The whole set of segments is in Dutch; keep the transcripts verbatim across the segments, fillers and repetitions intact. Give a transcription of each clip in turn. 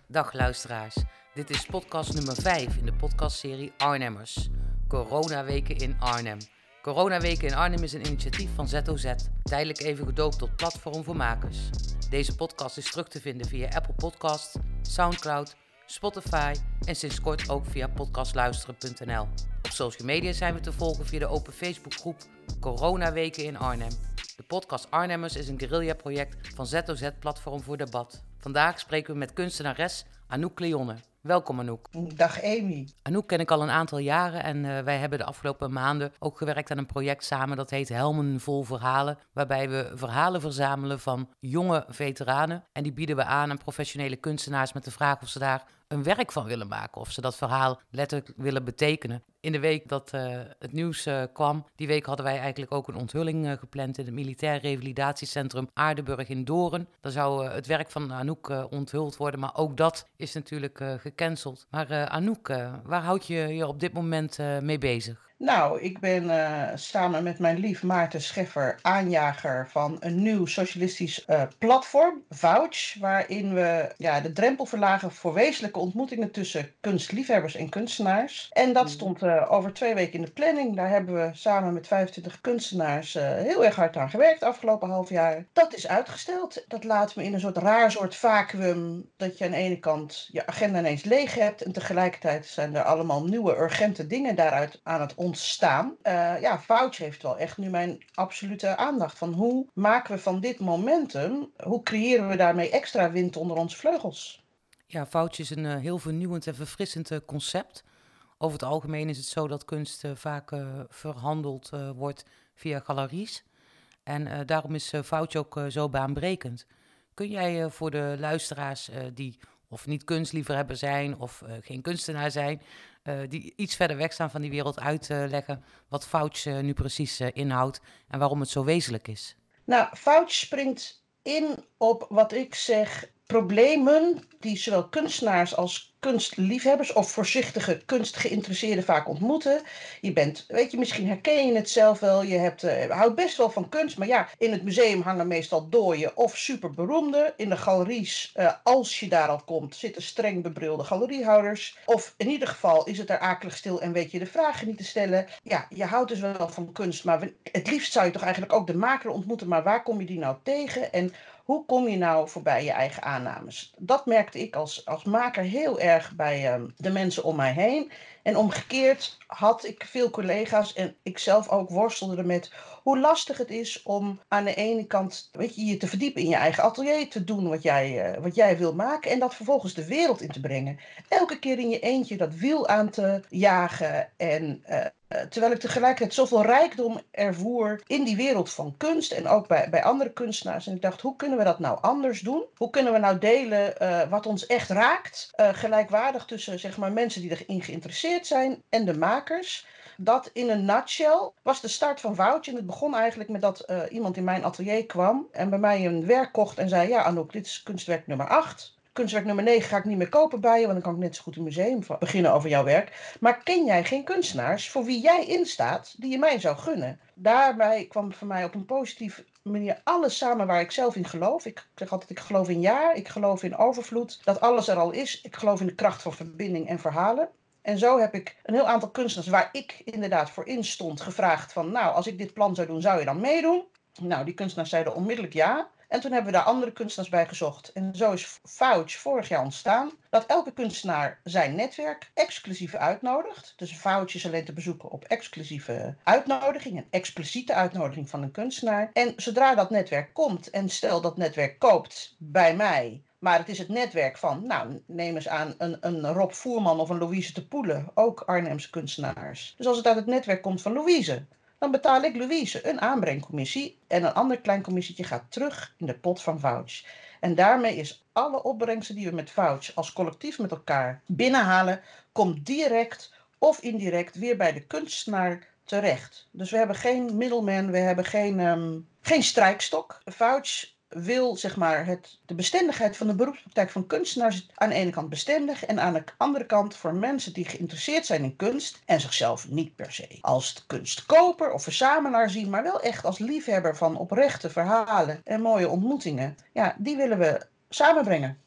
Dag luisteraars, dit is podcast nummer vijf in de podcastserie Arnhemmers. Coronaweken in Arnhem. Coronaweken in Arnhem is een initiatief van Z O Z, tijdelijk even gedoopt tot Platform voor Makers. Deze podcast is terug te vinden via Apple Podcasts, Soundcloud, Spotify en sinds kort ook via podcastluisteren punt n l. Op social media zijn we te volgen via de open Facebookgroep Coronaweken in Arnhem. De podcast Arnhemmers is een guerrilla-project van Z O Z Platform voor Debat. Vandaag spreken we met kunstenares Anouk Leonne. Welkom Anouk. Dag Amy. Anouk ken ik al een aantal jaren en uh, wij hebben de afgelopen maanden ook gewerkt aan een project samen dat heet Helmen vol verhalen, waarbij we verhalen verzamelen van jonge veteranen en die bieden we aan aan professionele kunstenaars met de vraag of ze daar een werk van willen maken, of ze dat verhaal letterlijk willen betekenen. In de week dat uh, het nieuws uh, kwam, die week hadden wij eigenlijk ook een onthulling uh, gepland in het Militair Revalidatiecentrum Aardenburg in Doorn. Daar zou uh, het werk van Anouk uh, onthuld worden, maar ook dat is natuurlijk uh, gecanceld. Maar uh, Anouk, uh, waar houd je je op dit moment uh, mee bezig? Nou, ik ben uh, samen met mijn lief Maarten Scheffer aanjager van een nieuw socialistisch uh, platform, Vouch, waarin we ja, de drempel verlagen voor wezenlijke ontmoetingen tussen kunstliefhebbers en kunstenaars. En dat stond uh, over twee weken in de planning. Daar hebben we samen met vijfentwintig kunstenaars uh, heel erg hard aan gewerkt afgelopen half jaar. Dat is uitgesteld. Dat laat me in een soort raar soort vacuüm, dat je aan de ene kant je agenda ineens leeg hebt en tegelijkertijd zijn er allemaal nieuwe urgente dingen daaruit aan het ontstaan. Uh, ja, Vouch heeft wel echt nu mijn absolute aandacht. Van hoe maken we van dit momentum, hoe creëren we daarmee extra wind onder onze vleugels? Ja, Vouch is een uh, heel vernieuwend en verfrissend uh, concept. Over het algemeen is het zo dat kunst uh, vaak uh, verhandeld uh, wordt via galeries. En uh, daarom is uh, Vouch ook uh, zo baanbrekend. Kun jij uh, voor de luisteraars uh, die of niet kunstliefhebber zijn of uh, geen kunstenaar zijn, uh, die iets verder weg staan van die wereld, uitleggen wat Vouch uh, nu precies uh, inhoudt en waarom het zo wezenlijk is? Nou, Vouch springt in op wat ik zeg problemen die zowel kunstenaars als kunstliefhebbers of voorzichtige kunstgeïnteresseerden vaak ontmoeten. Je bent, weet je, misschien herken je het zelf wel. Je hebt, uh, houdt best wel van kunst, maar ja, in het museum hangen meestal dooie of superberoemde. In de galeries, uh, als je daar al komt, zitten streng bebrilde galeriehouders. Of in ieder geval is het er akelig stil en weet je de vragen niet te stellen. Ja, je houdt dus wel van kunst, maar het liefst zou je toch eigenlijk ook de maker ontmoeten. Maar waar kom je die nou tegen? En hoe kom je nou voorbij je eigen aannames? Dat merkte ik als, als maker heel erg bij um, de mensen om mij heen. En omgekeerd had ik veel collega's en ik zelf ook worstelde ermet hoe lastig het is om aan de ene kant, weet je, je te verdiepen in je eigen atelier, te doen wat jij, uh, wat jij wil maken en dat vervolgens de wereld in te brengen. Elke keer in je eentje dat wiel aan te jagen en uh, Uh, terwijl ik tegelijkertijd zoveel rijkdom ervoer in die wereld van kunst en ook bij, bij andere kunstenaars. En ik dacht, hoe kunnen we dat nou anders doen? Hoe kunnen we nou delen uh, wat ons echt raakt? Uh, gelijkwaardig tussen zeg maar, mensen die erin geïnteresseerd zijn en de makers. Dat in een nutshell was de start van Vouch. En het begon eigenlijk met dat uh, iemand in mijn atelier kwam en bij mij een werk kocht en zei, ja Anouk, dit is kunstwerk nummer acht. Kunstwerk nummer negen ga ik niet meer kopen bij je, want dan kan ik net zo goed een museum beginnen over jouw werk. Maar ken jij geen kunstenaars voor wie jij instaat, die je mij zou gunnen? Daarbij kwam voor mij op een positieve manier alles samen waar ik zelf in geloof. Ik zeg altijd, ik geloof in ja, ik geloof in overvloed, dat alles er al is. Ik geloof in de kracht van verbinding en verhalen. En zo heb ik een heel aantal kunstenaars waar ik inderdaad voor in stond gevraagd van, nou, als ik dit plan zou doen, zou je dan meedoen? Nou, die kunstenaars zeiden onmiddellijk ja. En toen hebben we daar andere kunstenaars bij gezocht. En zo is Vouch vorig jaar ontstaan. Dat elke kunstenaar zijn netwerk exclusief uitnodigt. Dus Vouch is alleen te bezoeken op exclusieve uitnodiging. Een expliciete uitnodiging van een kunstenaar. En zodra dat netwerk komt en stel dat netwerk koopt bij mij. Maar het is het netwerk van, nou neem eens aan een, een Rob Voerman of een Louise de Poele. Ook Arnhemse kunstenaars. Dus als het uit het netwerk komt van Louise, dan betaal ik Louise een aanbrengcommissie en een ander klein commissietje gaat terug in de pot van Vouch. En daarmee is alle opbrengsten die we met Vouch als collectief met elkaar binnenhalen, komt direct of indirect weer bij de kunstenaar terecht. Dus we hebben geen middleman, we hebben geen, um, geen strijkstok. Vouch wil zeg maar het, de bestendigheid van de beroepspraktijk van kunstenaars aan de ene kant bestendig en aan de andere kant voor mensen die geïnteresseerd zijn in kunst en zichzelf niet per se als kunstkoper of verzamelaar zien, maar wel echt als liefhebber van oprechte verhalen en mooie ontmoetingen. Ja, die willen we samenbrengen.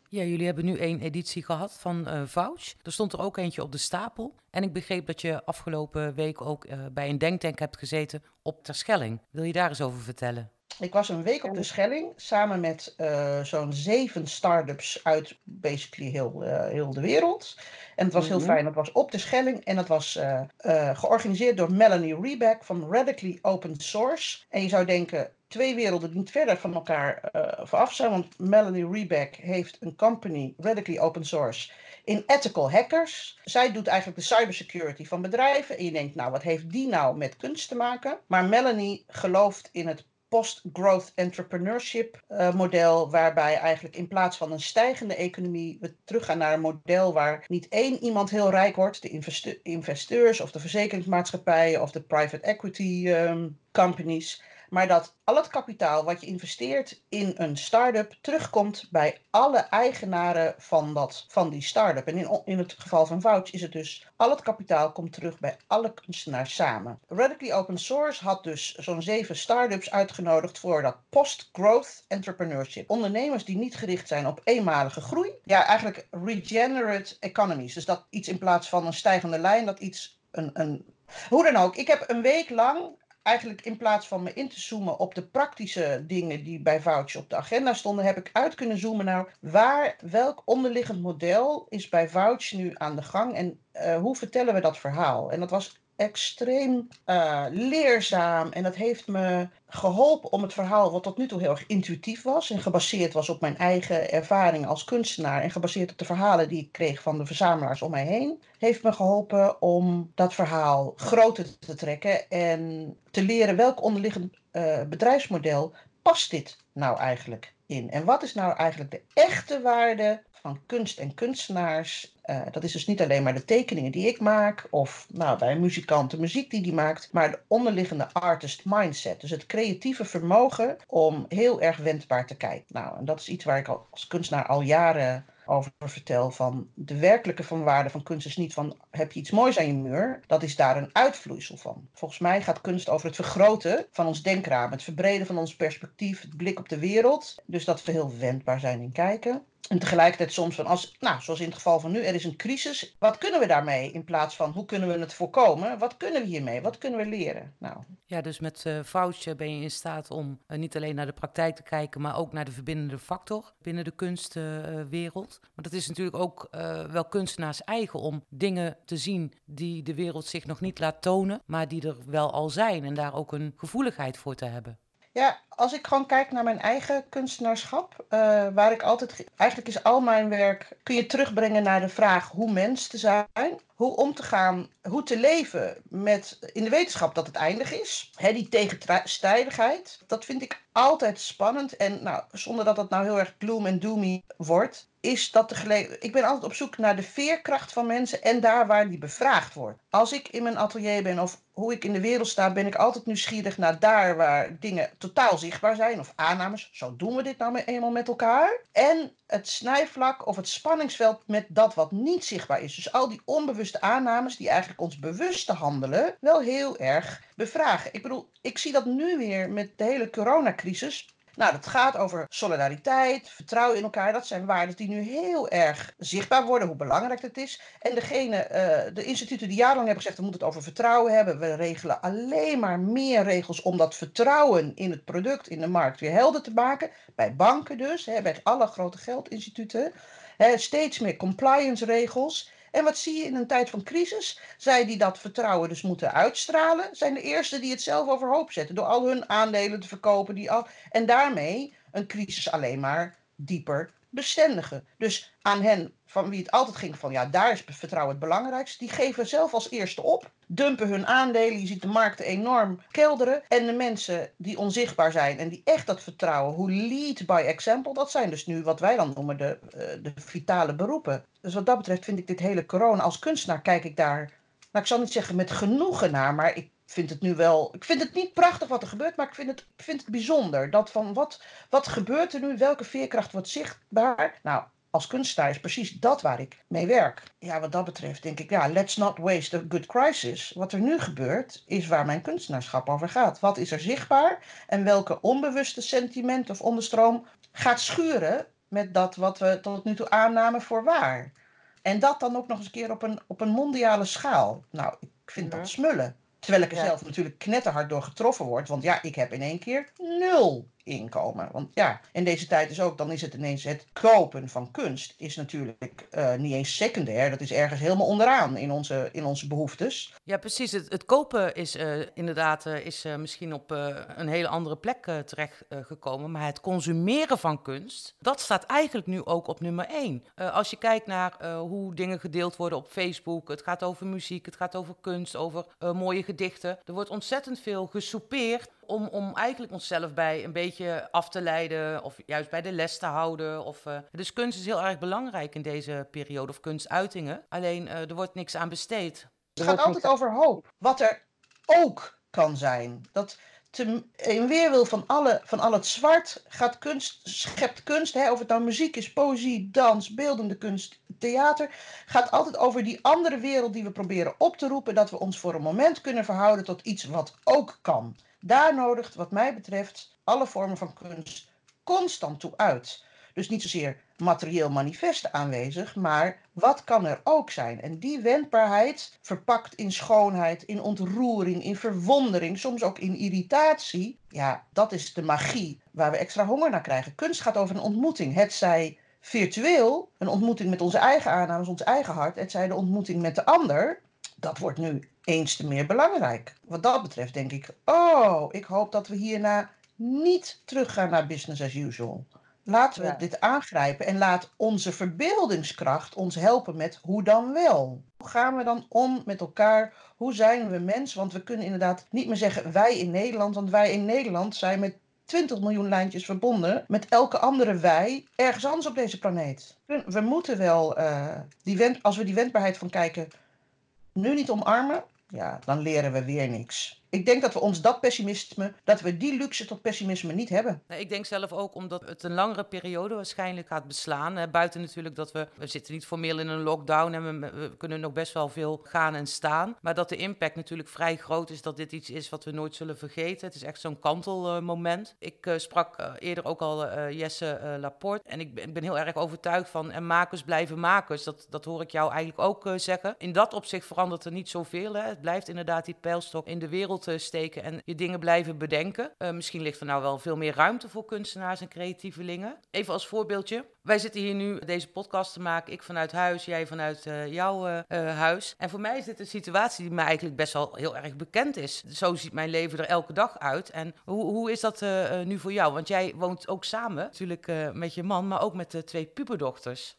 Ja, jullie hebben nu één editie gehad van uh, Vouch. Er stond er ook eentje op de stapel. En ik begreep dat je afgelopen week ook uh, bij een denktank hebt gezeten op Terschelling. Wil je daar eens over vertellen? Ik was een week op de Schelling samen met uh, zo'n zeven start-ups uit basically heel, uh, heel de wereld. En het was heel fijn. Het was op de Schelling en het was uh, uh, georganiseerd door Melanie Reback van Radically Open Source. En je zou denken, twee werelden niet verder van elkaar uh, vanaf zijn. Want Melanie Reback heeft een company, Radically Open Source, in ethical hackers. Zij doet eigenlijk de cybersecurity van bedrijven. En je denkt, nou, wat heeft die nou met kunst te maken? Maar Melanie gelooft in het post-growth entrepreneurship uh, model, waarbij eigenlijk in plaats van een stijgende economie we teruggaan naar een model waar niet één iemand heel rijk wordt, de investe- investeurs of de verzekeringsmaatschappijen of de private equity um, companies, maar dat al het kapitaal wat je investeert in een start-up terugkomt bij alle eigenaren van, dat, van die start-up. En in, in het geval van Vouch is het dus, al het kapitaal komt terug bij alle kunstenaars samen. Radically Open Source had dus zo'n zeven start-ups uitgenodigd voor dat post-growth entrepreneurship. Ondernemers die niet gericht zijn op eenmalige groei. Ja, eigenlijk regenerate economies. Dus dat iets in plaats van een stijgende lijn, dat iets... Een, een... Hoe dan ook, ik heb een week lang... Eigenlijk in plaats van me in te zoomen op de praktische dingen die bij Vouch op de agenda stonden, heb ik uit kunnen zoomen naar waar, welk onderliggend model is bij Vouch nu aan de gang en uh, hoe vertellen we dat verhaal? En dat was extreem uh, leerzaam en dat heeft me geholpen om het verhaal, wat tot nu toe heel erg intuïtief was en gebaseerd was op mijn eigen ervaring als kunstenaar en gebaseerd op de verhalen die ik kreeg van de verzamelaars om mij heen, heeft me geholpen om dat verhaal groter te trekken en te leren welk onderliggend uh, bedrijfsmodel past dit nou eigenlijk in. En wat is nou eigenlijk de echte waarde van kunst en kunstenaars? Uh, dat is dus niet alleen maar de tekeningen die ik maak, of nou, bij een muzikant de muziek die die maakt, maar de onderliggende artist mindset. Dus het creatieve vermogen om heel erg wendbaar te kijken. Nou, en dat is iets waar ik als kunstenaar al jaren over vertel, van de werkelijke van waarde van kunst is niet van heb je iets moois aan je muur, dat is daar een uitvloeisel van. Volgens mij gaat kunst over het vergroten van ons denkraam, het verbreden van ons perspectief, het blik op de wereld, dus dat we heel wendbaar zijn in kijken. En tegelijkertijd soms van, als, nou, zoals in het geval van nu, er is een crisis. Wat kunnen we daarmee in plaats van, hoe kunnen we het voorkomen? Wat kunnen we hiermee? Wat kunnen we leren? Nou. Ja, dus met uh, Vouch ben je in staat om uh, niet alleen naar de praktijk te kijken, maar ook naar de verbindende factor binnen de kunstwereld. Uh, maar dat is natuurlijk ook uh, wel kunstenaars eigen om dingen te zien die de wereld zich nog niet laat tonen, maar die er wel al zijn en daar ook een gevoeligheid voor te hebben. Ja, als ik gewoon kijk naar mijn eigen kunstenaarschap, uh, waar ik altijd... Eigenlijk is al mijn werk, kun je terugbrengen naar de vraag hoe mens te zijn, hoe om te gaan, hoe te leven met, in de wetenschap dat het eindig is. Hè, die tegenstrijdigheid, dat vind ik altijd spannend. En nou, zonder dat het nou heel erg gloom en doomy wordt, is dat de gele- ik ben altijd op zoek naar de veerkracht van mensen en daar waar die bevraagd wordt. Als ik in mijn atelier ben of hoe ik in de wereld sta, ben ik altijd nieuwsgierig naar daar waar dingen totaal zichtbaar zijn of aannames. Zo doen we dit nou eenmaal met elkaar. En het snijvlak of het spanningsveld met dat wat niet zichtbaar is. Dus al die onbewuste aannames die eigenlijk ons bewuste handelen wel heel erg bevragen. Ik bedoel, ik zie dat nu weer met de hele coronacrisis. Nou, dat gaat over solidariteit, vertrouwen in elkaar. Dat zijn waarden die nu heel erg zichtbaar worden, hoe belangrijk het is. En degene, uh, de instituten die jarenlang hebben gezegd, we moeten het over vertrouwen hebben. We regelen alleen maar meer regels om dat vertrouwen in het product, in de markt weer helder te maken. Bij banken dus, hè, bij alle grote geldinstituten. Hè, steeds meer compliance regels. En wat zie je in een tijd van crisis? Zij die dat vertrouwen dus moeten uitstralen, zijn de eerste die het zelf overhoop zetten. Door al hun aandelen te verkopen. Die al, en daarmee een crisis alleen maar dieper bestendigen. Dus aan hen, van wie het altijd ging van ja, daar is vertrouwen het belangrijkste. Die geven zelf als eerste op. Dumpen hun aandelen. Je ziet de markten enorm kelderen. En de mensen die onzichtbaar zijn en die echt dat vertrouwen, who lead by example, dat zijn dus nu wat wij dan noemen de, uh, de vitale beroepen. Dus wat dat betreft vind ik dit hele corona, als kunstenaar kijk ik daar, nou ik zal niet zeggen met genoegen naar, maar ik vind het nu wel, ik vind het niet prachtig wat er gebeurt, maar ik vind het, ik vind het bijzonder. Dat van wat, wat gebeurt er nu, welke veerkracht wordt zichtbaar? Nou, als kunstenaar is precies dat waar ik mee werk. Ja, wat dat betreft denk ik, ja, let's not waste a good crisis. Wat er nu gebeurt, is waar mijn kunstenaarschap over gaat. Wat is er zichtbaar en welke onbewuste sentiment of onderstroom gaat schuren met dat wat we tot nu toe aannamen voor waar. En dat dan ook nog eens een keer op een, op een mondiale schaal. Nou, ik vind dat Mhm. smullen. Terwijl ik er Ja. zelf natuurlijk knetterhard door getroffen word. Want ja, ik heb in één keer nul inkomen. Want ja, in deze tijd is ook, dan is het ineens het kopen van kunst is natuurlijk uh, niet eens secundair. Dat is ergens helemaal onderaan in onze, in onze behoeftes. Ja, precies. Het, het kopen is uh, inderdaad uh, is, uh, misschien op uh, een hele andere plek uh, terecht uh, gekomen. Maar het consumeren van kunst, dat staat eigenlijk nu ook op nummer één. Uh, als je kijkt naar uh, hoe dingen gedeeld worden op Facebook. Het gaat over muziek, het gaat over kunst, over uh, mooie gedichten. Er wordt ontzettend veel gesoupeerd om, om eigenlijk onszelf bij een beetje af te leiden. Of juist bij de les te houden. Of, uh, dus kunst is heel erg belangrijk in deze periode. Of kunstuitingen. Alleen uh, er wordt niks aan besteed. Het gaat altijd over hoop. Wat er ook kan zijn. Dat te, in weerwil van, alle, van al het zwart gaat kunst, schept kunst, hè, of het nou muziek is, poëzie, dans, beeldende kunst, theater, gaat altijd over die andere wereld die we proberen op te roepen, dat we ons voor een moment kunnen verhouden tot iets wat ook kan. Daar nodigt, wat mij betreft, alle vormen van kunst constant toe uit. Dus niet zozeer materieel manifest aanwezig, maar wat kan er ook zijn? En die wendbaarheid, verpakt in schoonheid, in ontroering, in verwondering, soms ook in irritatie, ja, dat is de magie waar we extra honger naar krijgen. Kunst gaat over een ontmoeting, hetzij virtueel, een ontmoeting met onze eigen aannames, ons eigen hart, hetzij de ontmoeting met de ander. Dat wordt nu eens te meer belangrijk. Wat dat betreft denk ik, oh, ik hoop dat we hierna niet teruggaan naar business as usual. Laten we ja. dit aangrijpen en laat onze verbeeldingskracht ons helpen met hoe dan wel. Hoe gaan we dan om met elkaar? Hoe zijn we mens? Want we kunnen inderdaad niet meer zeggen wij in Nederland, want wij in Nederland zijn met twintig miljoen lijntjes verbonden met elke andere wij ergens anders op deze planeet. We moeten wel, uh, die wend, als we die wendbaarheid van kijken nu niet omarmen, ja, dan leren we weer niks. Ik denk dat we ons dat pessimisme, dat we die luxe tot pessimisme niet hebben. Nee, ik denk zelf ook omdat het een langere periode waarschijnlijk gaat beslaan. Hè. Buiten natuurlijk dat we, we zitten niet formeel in een lockdown en we, we kunnen nog best wel veel gaan en staan. Maar dat de impact natuurlijk vrij groot is, dat dit iets is wat we nooit zullen vergeten. Het is echt zo'n kantelmoment. Uh, ik uh, sprak uh, eerder ook al uh, Jesse uh, Laporte en ik ben, ik ben heel erg overtuigd van en makers blijven makers. Dat, dat hoor ik jou eigenlijk ook uh, zeggen. In dat opzicht verandert er niet zoveel. Hè. Het blijft inderdaad die pijlstok in de wereld steken en je dingen blijven bedenken. Uh, misschien ligt er nou wel veel meer ruimte voor kunstenaars en creatievelingen. Even als voorbeeldje. Wij zitten hier nu deze podcast te maken. Ik vanuit huis, jij vanuit uh, jouw uh, uh, huis. En voor mij is dit een situatie die mij eigenlijk best wel heel erg bekend is. Zo ziet mijn leven er elke dag uit. En hoe, hoe is dat uh, uh, nu voor jou? Want jij woont ook samen, natuurlijk uh, met je man, maar ook met de twee puberdochters.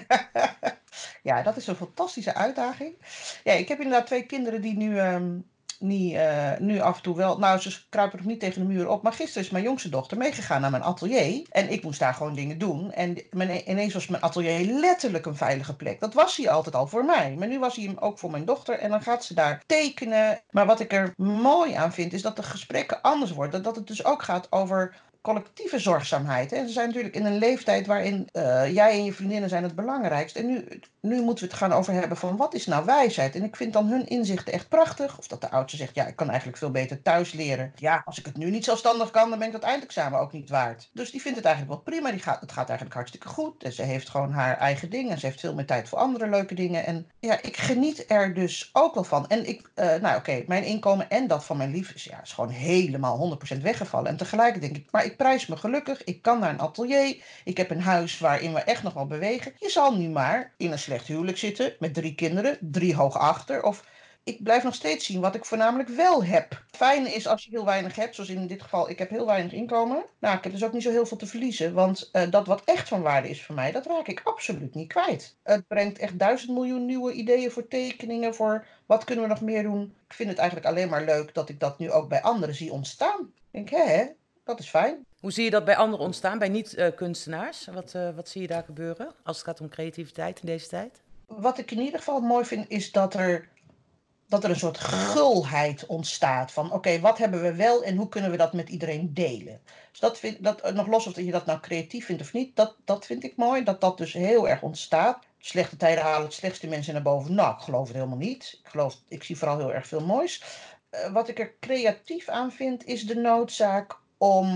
Ja, dat is een fantastische uitdaging. Ja, ik heb inderdaad twee kinderen die nu... Um... Niet, uh, nu af en toe wel, nou ze kruipen nog niet tegen de muur op, maar gisteren is mijn jongste dochter meegegaan naar mijn atelier en ik moest daar gewoon dingen doen en mijn, ineens was mijn atelier letterlijk een veilige plek. Dat was hij altijd al voor mij, maar nu was hij hem ook voor mijn dochter en dan gaat ze daar tekenen. Maar wat ik er mooi aan vind is dat de gesprekken anders worden, dat het dus ook gaat over collectieve zorgzaamheid. Hè. Ze zijn natuurlijk in een leeftijd waarin uh, jij en je vriendinnen zijn het belangrijkst. En nu, nu moeten we het gaan over hebben van wat is nou wijsheid? En ik vind dan hun inzichten echt prachtig. Of dat de oudste zegt, ja, ik kan eigenlijk veel beter thuis leren. Ja, als ik het nu niet zelfstandig kan, dan ben ik dat eindexamen ook niet waard. Dus die vindt het eigenlijk wel prima. Die gaat, het gaat eigenlijk hartstikke goed. En ze heeft gewoon haar eigen dingen. En ze heeft veel meer tijd voor andere leuke dingen. En ja, ik geniet er dus ook wel van. En ik, uh, nou oké, okay, mijn inkomen en dat van mijn lief is, ja, is gewoon helemaal honderd procent weggevallen. En tegelijk denk ik, maar ik prijs me gelukkig. Ik kan naar een atelier. Ik heb een huis waarin we echt nog wel bewegen. Je zal nu maar in een slecht huwelijk zitten met drie kinderen, drie hoog achter. Of ik blijf nog steeds zien wat ik voornamelijk wel heb. Het fijne is als je heel weinig hebt, zoals in dit geval, ik heb heel weinig inkomen. Nou, ik heb dus ook niet zo heel veel te verliezen. Want uh, dat wat echt van waarde is voor mij, dat raak ik absoluut niet kwijt. Het brengt echt duizend miljoen nieuwe ideeën voor tekeningen, voor wat kunnen we nog meer doen. Ik vind het eigenlijk alleen maar leuk dat ik dat nu ook bij anderen zie ontstaan. Ik denk, hè, dat is fijn. Hoe zie je dat bij anderen ontstaan, bij niet-kunstenaars? Uh, wat, uh, wat zie je daar gebeuren als het gaat om creativiteit in deze tijd? Wat ik in ieder geval mooi vind, is dat er, dat er een soort gulheid ontstaat. Van oké, okay, wat hebben we wel en hoe kunnen we dat met iedereen delen? Dus dat vind dat, nog los of je dat nou creatief vindt of niet, dat, dat vind ik mooi. Dat dat dus heel erg ontstaat. Slechte tijden halen het slechtste mensen naar boven. Nou, ik geloof het helemaal niet. Ik, geloof, ik zie vooral heel erg veel moois. Uh, wat ik er creatief aan vind, is de noodzaak om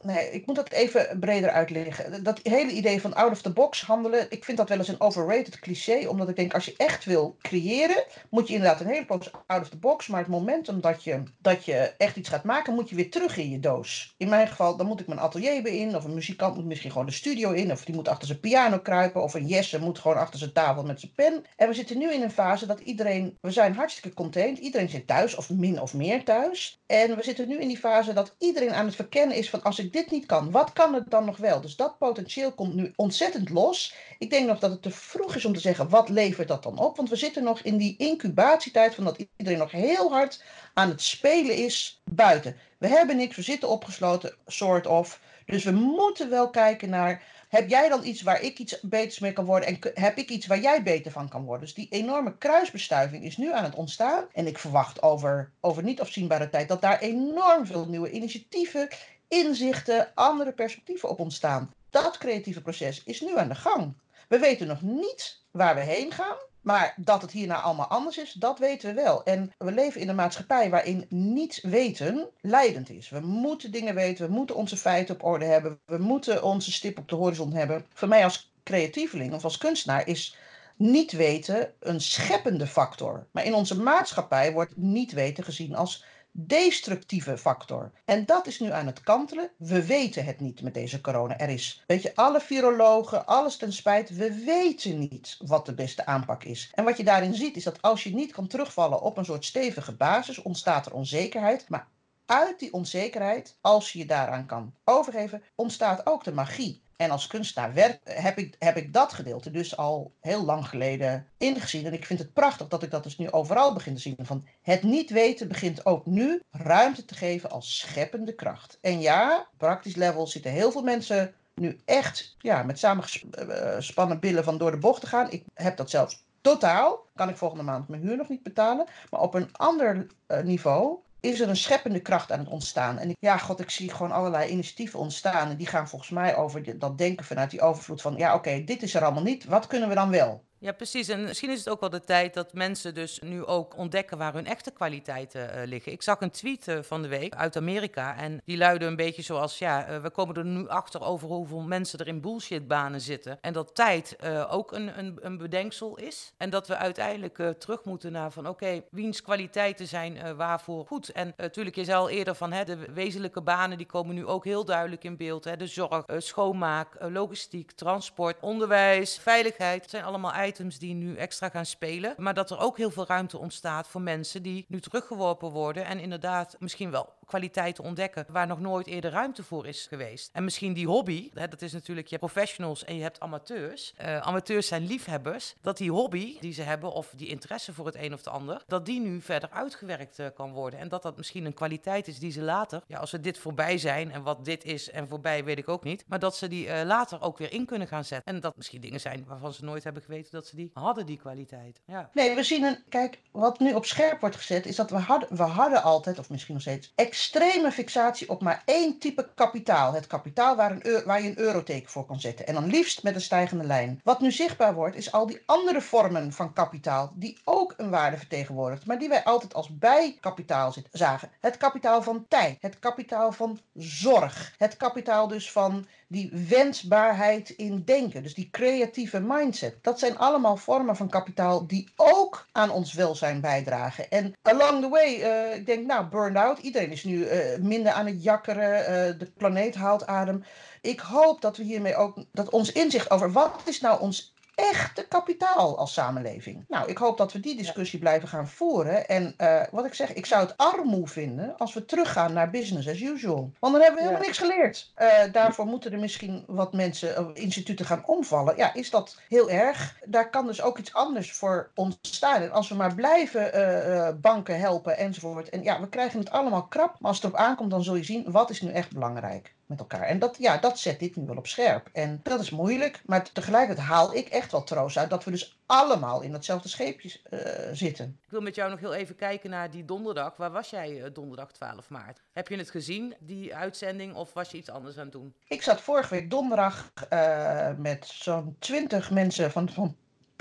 Nee, ik moet dat even breder uitleggen. Dat hele idee van out of the box handelen, ik vind dat wel eens een overrated cliché, omdat ik denk, als je echt wil creëren, moet je inderdaad een hele poos out of the box, maar het momentum dat je, dat je echt iets gaat maken, moet je weer terug in je doos. In mijn geval, dan moet ik mijn atelier in, of een muzikant moet misschien gewoon de studio in, of die moet achter zijn piano kruipen, of een Jesse moet gewoon achter zijn tafel met zijn pen. En we zitten nu in een fase dat iedereen, we zijn hartstikke contained, iedereen zit thuis, of min of meer thuis. En we zitten nu in die fase dat iedereen aan het verkennen is van, als ik dit niet kan, wat kan het dan nog wel? Dus dat potentieel komt nu ontzettend los. Ik denk nog dat het te vroeg is om te zeggen, wat levert dat dan op? Want we zitten nog in die incubatietijd van dat iedereen nog heel hard aan het spelen is buiten. We hebben niks, we zitten opgesloten, sort of. Dus we moeten wel kijken naar, heb jij dan iets waar ik iets beters mee kan worden en heb ik iets waar jij beter van kan worden? Dus die enorme kruisbestuiving is nu aan het ontstaan. En ik verwacht over, over niet afzienbare tijd dat daar enorm veel nieuwe initiatieven, inzichten, andere perspectieven op ontstaan. Dat creatieve proces is nu aan de gang. We weten nog niet waar we heen gaan. Maar dat het hierna allemaal anders is, dat weten we wel. En we leven in een maatschappij waarin niet weten leidend is. We moeten dingen weten, we moeten onze feiten op orde hebben. We moeten onze stip op de horizon hebben. Voor mij als creatieveling of als kunstenaar is niet weten een scheppende factor. Maar in onze maatschappij wordt niet weten gezien als destructieve factor. En dat is nu aan het kantelen. We weten het niet met deze corona. Er is, weet je, alle virologen, alles ten spijt, we weten niet wat de beste aanpak is. En wat je daarin ziet is dat als je niet kan terugvallen op een soort stevige basis, ontstaat er onzekerheid. Maar uit die onzekerheid, als je je daaraan kan overgeven, ontstaat ook de magie. En als kunstenaar werk, heb, ik, heb ik dat gedeelte dus al heel lang geleden ingezien. En ik vind het prachtig dat ik dat dus nu overal begin te zien. Van het niet weten begint ook nu ruimte te geven als scheppende kracht. En ja, praktisch level zitten heel veel mensen nu echt ja, met samengespannen billen van door de bocht te gaan. Ik heb dat zelfs totaal. Kan ik volgende maand mijn huur nog niet betalen. Maar op een ander uh, niveau is er een scheppende kracht aan het ontstaan. En ik, ja, god, ik zie gewoon allerlei initiatieven ontstaan. En die gaan volgens mij over dat denken vanuit die overvloed van, ja, oké, okay, dit is er allemaal niet. Wat kunnen we dan wel? Ja, precies. En misschien is het ook wel de tijd dat mensen dus nu ook ontdekken waar hun echte kwaliteiten uh, liggen. Ik zag een tweet uh, van de week uit Amerika en die luidde een beetje zoals, ja, uh, we komen er nu achter over hoeveel mensen er in bullshitbanen zitten. En dat tijd uh, ook een, een, een bedenksel is. En dat we uiteindelijk uh, terug moeten naar van, oké, okay, wiens kwaliteiten zijn uh, waarvoor goed. En natuurlijk, uh, je zei al eerder van, hè, de wezenlijke banen die komen nu ook heel duidelijk in beeld. Hè. De zorg, uh, schoonmaak, uh, logistiek, transport, onderwijs, veiligheid. Het zijn allemaal items die nu extra gaan spelen. Maar dat er ook heel veel ruimte ontstaat voor mensen die nu teruggeworpen worden en inderdaad misschien wel kwaliteiten ontdekken waar nog nooit eerder ruimte voor is geweest. En misschien die hobby, hè, dat is natuurlijk, je hebt professionals en je hebt amateurs. Uh, amateurs zijn liefhebbers. Dat die hobby die ze hebben of die interesse voor het een of het ander, dat die nu verder uitgewerkt uh, kan worden. En dat dat misschien een kwaliteit is die ze later, ja, als we dit voorbij zijn en wat dit is en voorbij weet ik ook niet, maar dat ze die uh, later ook weer in kunnen gaan zetten. En dat misschien dingen zijn waarvan ze nooit hebben geweten dat ze die hadden, die kwaliteit. Ja. Nee, we zien een, kijk, wat nu op scherp wordt gezet is dat we hadden, we hadden altijd, of misschien nog steeds, extreme fixatie op maar één type kapitaal. Het kapitaal waar, een, waar je een euroteken voor kan zetten. En dan liefst met een stijgende lijn. Wat nu zichtbaar wordt, is al die andere vormen van kapitaal, die ook een waarde vertegenwoordigt, maar die wij altijd als bijkapitaal zagen. Het kapitaal van tijd, het kapitaal van zorg, het kapitaal dus van die wensbaarheid in denken, dus die creatieve mindset. Dat zijn allemaal vormen van kapitaal die ook aan ons welzijn bijdragen. En along the way, uh, ik denk, nou, burned out. Iedereen is nu uh, minder aan het jakkeren. Uh, de planeet haalt adem. Ik hoop dat we hiermee ook, dat ons inzicht over wat is nou ons echte kapitaal als samenleving. Nou, ik hoop dat we die discussie blijven gaan voeren. En uh, wat ik zeg, ik zou het armoe vinden als we teruggaan naar business as usual. Want dan hebben we helemaal ja. niks geleerd. Uh, daarvoor moeten er misschien wat mensen, uh, instituten gaan omvallen. Ja, is dat heel erg? Daar kan dus ook iets anders voor ontstaan. En als we maar blijven uh, uh, banken helpen enzovoort. En ja, we krijgen het allemaal krap. Maar als het erop aankomt, dan zul je zien, wat is nu echt belangrijk met elkaar. En dat, ja, dat zet dit nu wel op scherp. En dat is moeilijk, maar tegelijkertijd haal ik echt wel troost uit dat we dus allemaal in datzelfde scheepje uh, zitten. Ik wil met jou nog heel even kijken naar die donderdag. Waar was jij uh, donderdag twaalf maart? Heb je het gezien, die uitzending, of was je iets anders aan het doen? Ik zat vorige week donderdag uh, met zo'n twintig mensen van, van P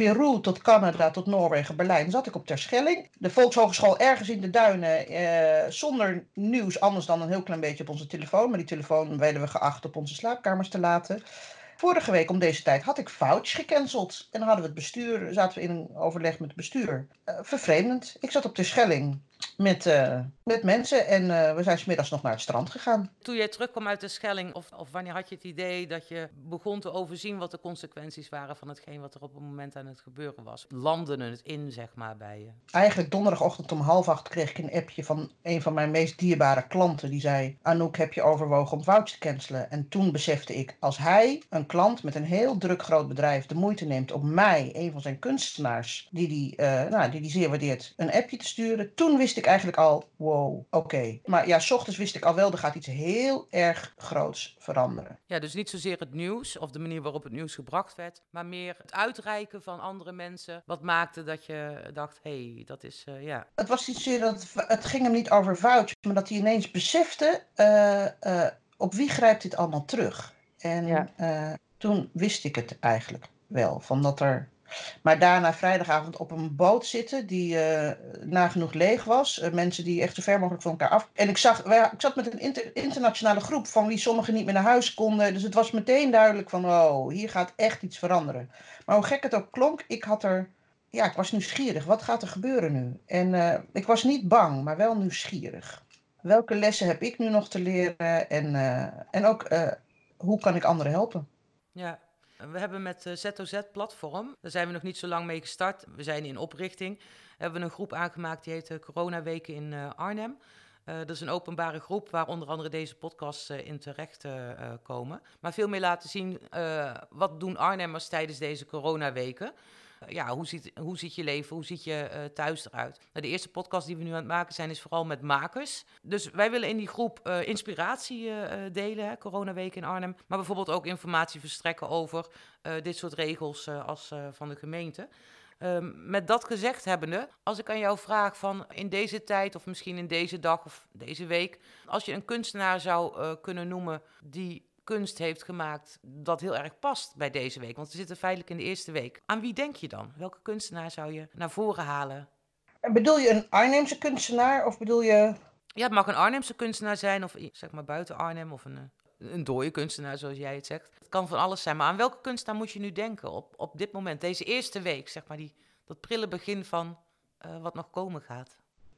Peru tot Canada tot Noorwegen, Berlijn zat ik op Terschelling. De Volkshogeschool ergens in de duinen eh, zonder nieuws anders dan een heel klein beetje op onze telefoon. Maar die telefoon werden we geacht op onze slaapkamers te laten. Vorige week om deze tijd had ik Vouch gecanceld. En dan hadden we het bestuur, zaten we in een overleg met het bestuur. Uh, vervreemdend. Ik zat op Terschelling met, uh, met mensen en uh, we zijn 's middags nog naar het strand gegaan. Toen jij terugkwam uit de Schelling, of, of wanneer had je het idee dat je begon te overzien wat de consequenties waren van hetgeen wat er op het moment aan het gebeuren was? Landde het in, zeg maar, bij je? Eigenlijk donderdagochtend om half acht kreeg ik een appje van een van mijn meest dierbare klanten. Die zei, Anouk, heb je overwogen om Vouch te cancelen? En toen besefte ik, als hij, een klant met een heel druk groot bedrijf, de moeite neemt om mij, een van zijn kunstenaars, die die, uh, nou, die, die zeer waardeert, een appje te sturen. Toen wist ik eigenlijk al, wow, oké. Okay. Maar ja, 's ochtends wist ik al wel, er gaat iets heel erg groots veranderen. Ja, dus niet zozeer het nieuws of de manier waarop het nieuws gebracht werd, maar meer het uitreiken van andere mensen. Wat maakte dat je dacht, hé, hey, dat is, uh, ja. Het was niet zozeer dat, het, het ging hem niet over Vouch, maar dat hij ineens besefte, uh, uh, op wie grijpt dit allemaal terug? En ja. uh, toen wist ik het eigenlijk wel, van dat er... Maar daarna vrijdagavond op een boot zitten die uh, nagenoeg leeg was. Uh, mensen die echt zo ver mogelijk van elkaar af. En ik, zag, wij, ik zat met een inter, internationale groep van wie sommigen niet meer naar huis konden. Dus het was meteen duidelijk van, oh, hier gaat echt iets veranderen. Maar hoe gek het ook klonk, ik had er... Ja, ik was nieuwsgierig. Wat gaat er gebeuren nu? En uh, ik was niet bang, maar wel nieuwsgierig. Welke lessen heb ik nu nog te leren? En, uh, en ook, uh, hoe kan ik anderen helpen? Ja. We hebben met uh, Z O Z-platform, daar zijn we nog niet zo lang mee gestart. We zijn in oprichting. Hebben we een groep aangemaakt die heet uh, Coronaweken in uh, Arnhem. Uh, dat is een openbare groep waar onder andere deze podcasts uh, in terecht uh, uh, komen. Maar veel meer laten zien, uh, wat doen Arnhemmers tijdens deze coronaweken? Uh, ja, hoe ziet, hoe ziet je leven, hoe ziet je uh, thuis eruit? Nou, de eerste podcast die we nu aan het maken zijn is vooral met makers. Dus wij willen in die groep uh, inspiratie uh, delen, hè, Coronaweken in Arnhem. Maar bijvoorbeeld ook informatie verstrekken over uh, dit soort regels uh, als uh, van de gemeente. Um, met dat gezegd hebbende, als ik aan jou vraag van in deze tijd of misschien in deze dag of deze week, als je een kunstenaar zou uh, kunnen noemen die kunst heeft gemaakt dat heel erg past bij deze week, want we zitten feitelijk in de eerste week. Aan wie denk je dan? Welke kunstenaar zou je naar voren halen? Bedoel je een Arnhemse kunstenaar of bedoel je... Ja, het mag een Arnhemse kunstenaar zijn of zeg maar buiten Arnhem of een, een dode kunstenaar zoals jij het zegt. Het kan van alles zijn, maar aan welke kunstenaar moet je nu denken op, op dit moment, deze eerste week, zeg maar, die, dat prille begin van uh, wat nog komen gaat?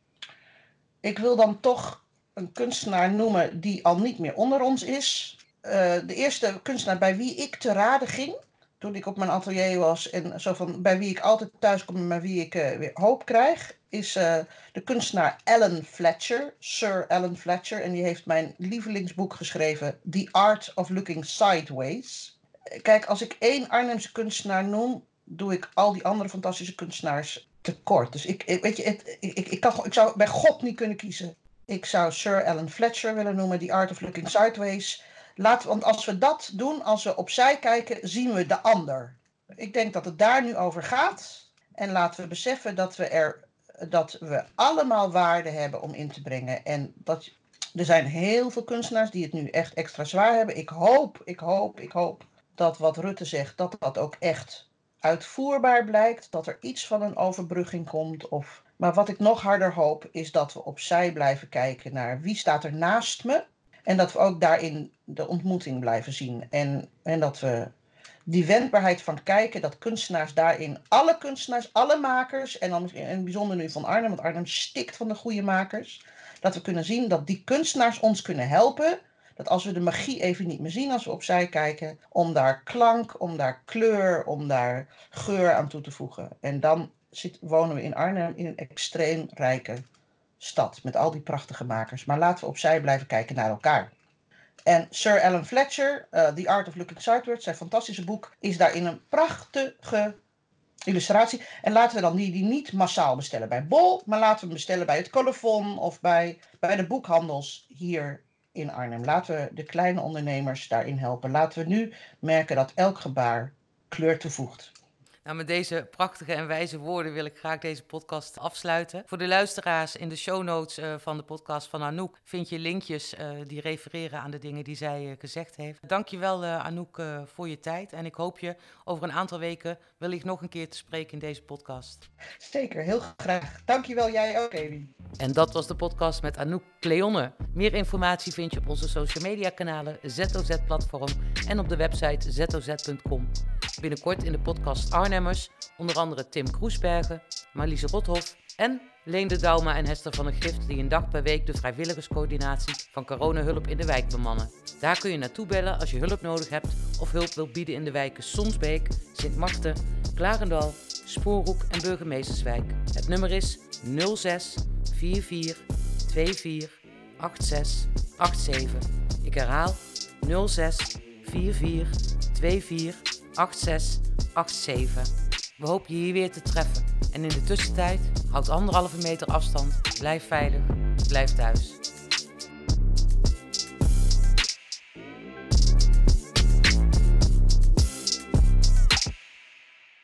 Ik wil dan toch een kunstenaar noemen die al niet meer onder ons is. Uh, de eerste kunstenaar bij wie ik te raden ging, toen ik op mijn atelier was en zo van bij wie ik altijd thuis kom en bij wie ik uh, weer hoop krijg, is uh, de kunstenaar Alan Fletcher, Sir Alan Fletcher. En die heeft mijn lievelingsboek geschreven, The Art of Looking Sideways. Kijk, als ik één Arnhemse kunstenaar noem, doe ik al die andere fantastische kunstenaars tekort. Dus ik, ik, weet je, het, ik, ik, ik, kan, ik zou bij God niet kunnen kiezen. Ik zou Sir Alan Fletcher willen noemen, The Art of Looking Sideways. Laten, want als we dat doen, als we opzij kijken, zien we de ander. Ik denk dat het daar nu over gaat. En laten we beseffen dat we, er, dat we allemaal waarde hebben om in te brengen. En dat, er zijn heel veel kunstenaars die het nu echt extra zwaar hebben. Ik hoop, ik hoop, ik hoop dat wat Rutte zegt, dat dat ook echt uitvoerbaar blijkt. Dat er iets van een overbrugging komt. Of... Maar wat ik nog harder hoop, is dat we opzij blijven kijken naar wie staat er naast me. En dat we ook daarin de ontmoeting blijven zien. En, en dat we die wendbaarheid van kijken, dat kunstenaars daarin, alle kunstenaars, alle makers, en dan in het bijzonder nu van Arnhem, want Arnhem stikt van de goede makers, dat we kunnen zien dat die kunstenaars ons kunnen helpen. Dat als we de magie even niet meer zien, als we opzij kijken, om daar klank, om daar kleur, om daar geur aan toe te voegen. En dan zit, wonen we in Arnhem in een extreem rijke stad met al die prachtige makers. Maar laten we opzij blijven kijken naar elkaar. En Sir Alan Fletcher, uh, The Art of Looking Sideways, zijn fantastische boek, is daarin een prachtige illustratie. En laten we dan die, die niet massaal bestellen bij Bol, maar laten we hem bestellen bij het Colofon of bij, bij de boekhandels hier in Arnhem. Laten we de kleine ondernemers daarin helpen. Laten we nu merken dat elk gebaar kleur toevoegt. Nou, met deze prachtige en wijze woorden wil ik graag deze podcast afsluiten. Voor de luisteraars, in de show notes uh, van de podcast van Anouk vind je linkjes uh, die refereren aan de dingen die zij uh, gezegd heeft. Dankjewel uh, Anouk uh, voor je tijd en ik hoop je over een aantal weken wellicht nog een keer te spreken in deze podcast. Zeker, heel graag. Dankjewel, jij ook, Amy. En dat was de podcast met Anouk Cleonne. Meer informatie vind je op onze social media kanalen, Z O Z-platform en op de website z o z punt com. Binnenkort in de podcast Arnhemmers, onder andere Tim Kroesbergen, Marliese Rothoff en Leende Dauma en Hester van der Gift, die een dag per week de vrijwilligerscoördinatie van coronahulp in de wijk bemannen. Daar kun je naartoe bellen als je hulp nodig hebt of hulp wilt bieden in de wijken Sonsbeek, Sint Marten, Klarendal, Spoorhoek en Burgemeesterswijk. Het nummer is nul zes vier vier twee vier acht zes acht zeven. Ik herhaal nul zes vier vier twee vier acht zes acht zeven. We hopen je hier weer te treffen. En in de tussentijd, houd anderhalve meter afstand, blijf veilig, blijf thuis.